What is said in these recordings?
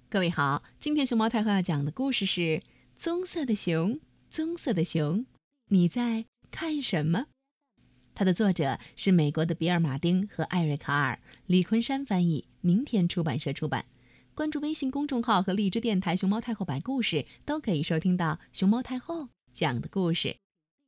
各位好，今天熊猫太后要讲的故事是《棕色的熊，棕色的熊，你在看什么》。它的作者是美国的比尔·马丁和艾瑞卡尔，李昆山翻译，明天出版社出版。关注微信公众号和荔枝电台熊猫太后摆故事，都可以收听到熊猫太后讲的故事。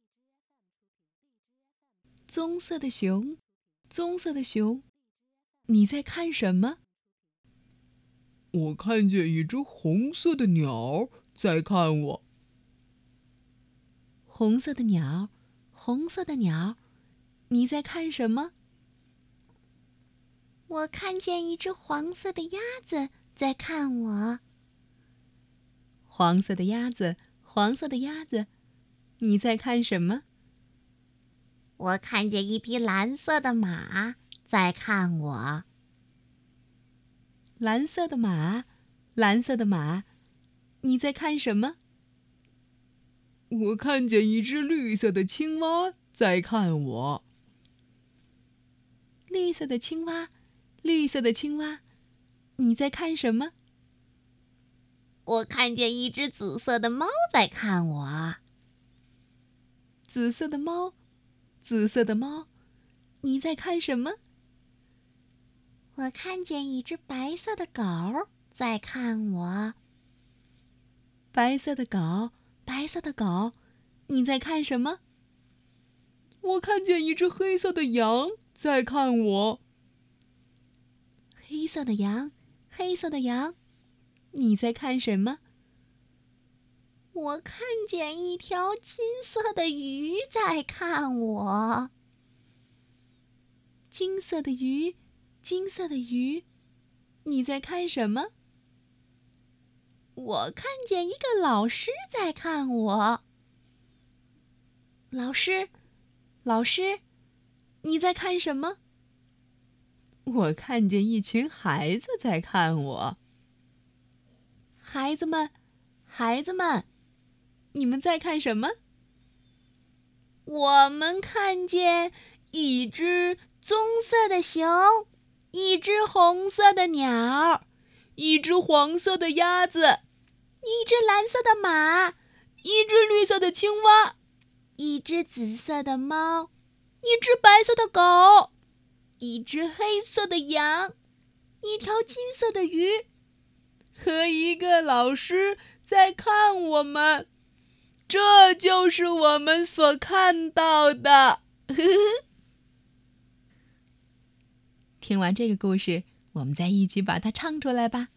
棕色的熊，棕色的熊，你在看什么？ 我看见一只红色的鸟在看我。 红色的鸟，红色的鸟，你在看什么？ 我看见一只黄色的鸭子在看我。 黄色的鸭子，黄色的鸭子，你在看什么？ 我看见一匹蓝色的马在看我。 蓝色的马，蓝色的马，你在看什么？ 我看见一只绿色的青蛙在看我。 绿色的青蛙，绿色的青蛙，你在看什么？ 我看见一只紫色的猫在看我。 紫色的猫，紫色的猫，你在看什么？ 我看见一只白色的狗在看我。 白色的狗，白色的狗，你在看什么？ 我看见一只黑色的羊在看我。 黑色的羊，黑色的羊，你在看什么？ 我看见一条金色的鱼在看我。 金色的鱼，金色的鱼，你在看什么？ 我看见一个老师在看我。 老师，老师，你在看什么？我看见一群孩子在看我。孩子们，孩子们，你们在看什么？ 我们看见一只棕色的熊，一只红色的鸟， 一只黄色的鸭子， 一只蓝色的马， 一只绿色的青蛙， 一只紫色的猫， 一只白色的狗， 一只黑色的羊，一条金色的鱼， 和一个老师在看我们。这就是我们所看到的。 听完这个故事，我们再一起把它唱出来吧。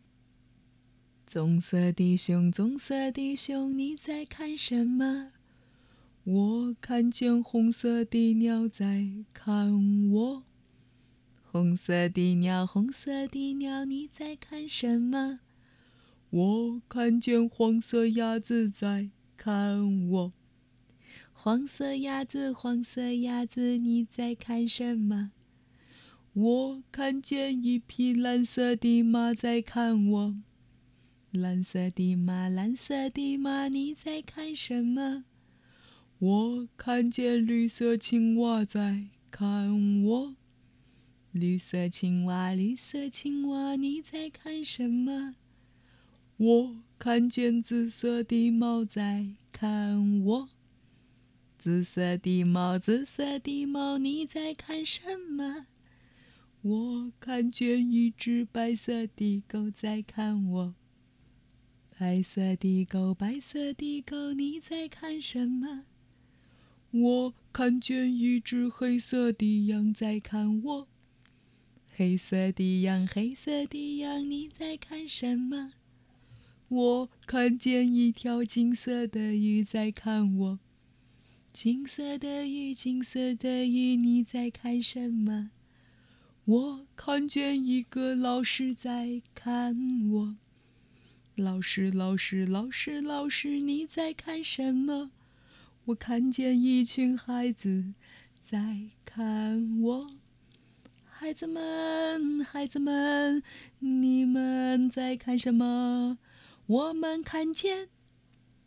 棕色的熊，棕色的熊，你在看什么？ 我看见红色的鸟在看我。 红色的鸟，红色的鸟，你在看什么？ 我看见黄色鸭子在看我。 黄色鸭子，黄色鸭子，你在看什么？ 我看见一匹蓝色的马在看我。 蓝色的马，蓝色的马，你在看什么？ 我看见绿色青蛙在看我。 绿色青蛙，绿色青蛙，你在看什么？ 我看见紫色的猫在看我。 紫色的猫，紫色的猫，你在看什么？ 我看见一只白色的狗在看我。 白色的狗，白色的狗，你在看什么？ 我看见一只黑色的羊在看我。 黑色的羊，黑色的羊，你在看什么？ 我看见一条金色的鱼在看我。 金色的鱼，金色的鱼，你在看什么？ 我看见一个老师在看我。 老师，老师，老师，老师，你在看什么？ 我看见一群孩子在看我。 孩子们，孩子们，你们在看什么？我们看见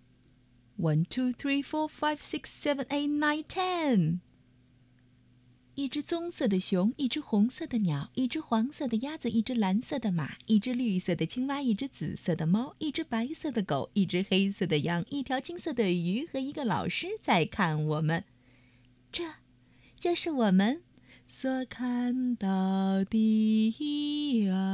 1, 2, 3, 4, 5, 6, 7, 8, 9, 10 一只棕色的熊，一只红色的鸟，一只黄色的鸭子，一只蓝色的马，一只绿色的青蛙，一只紫色的猫，一只白色的狗，一只黑色的羊，一条金色的鱼和一个老师在看我们。这就是我们所看到的啊。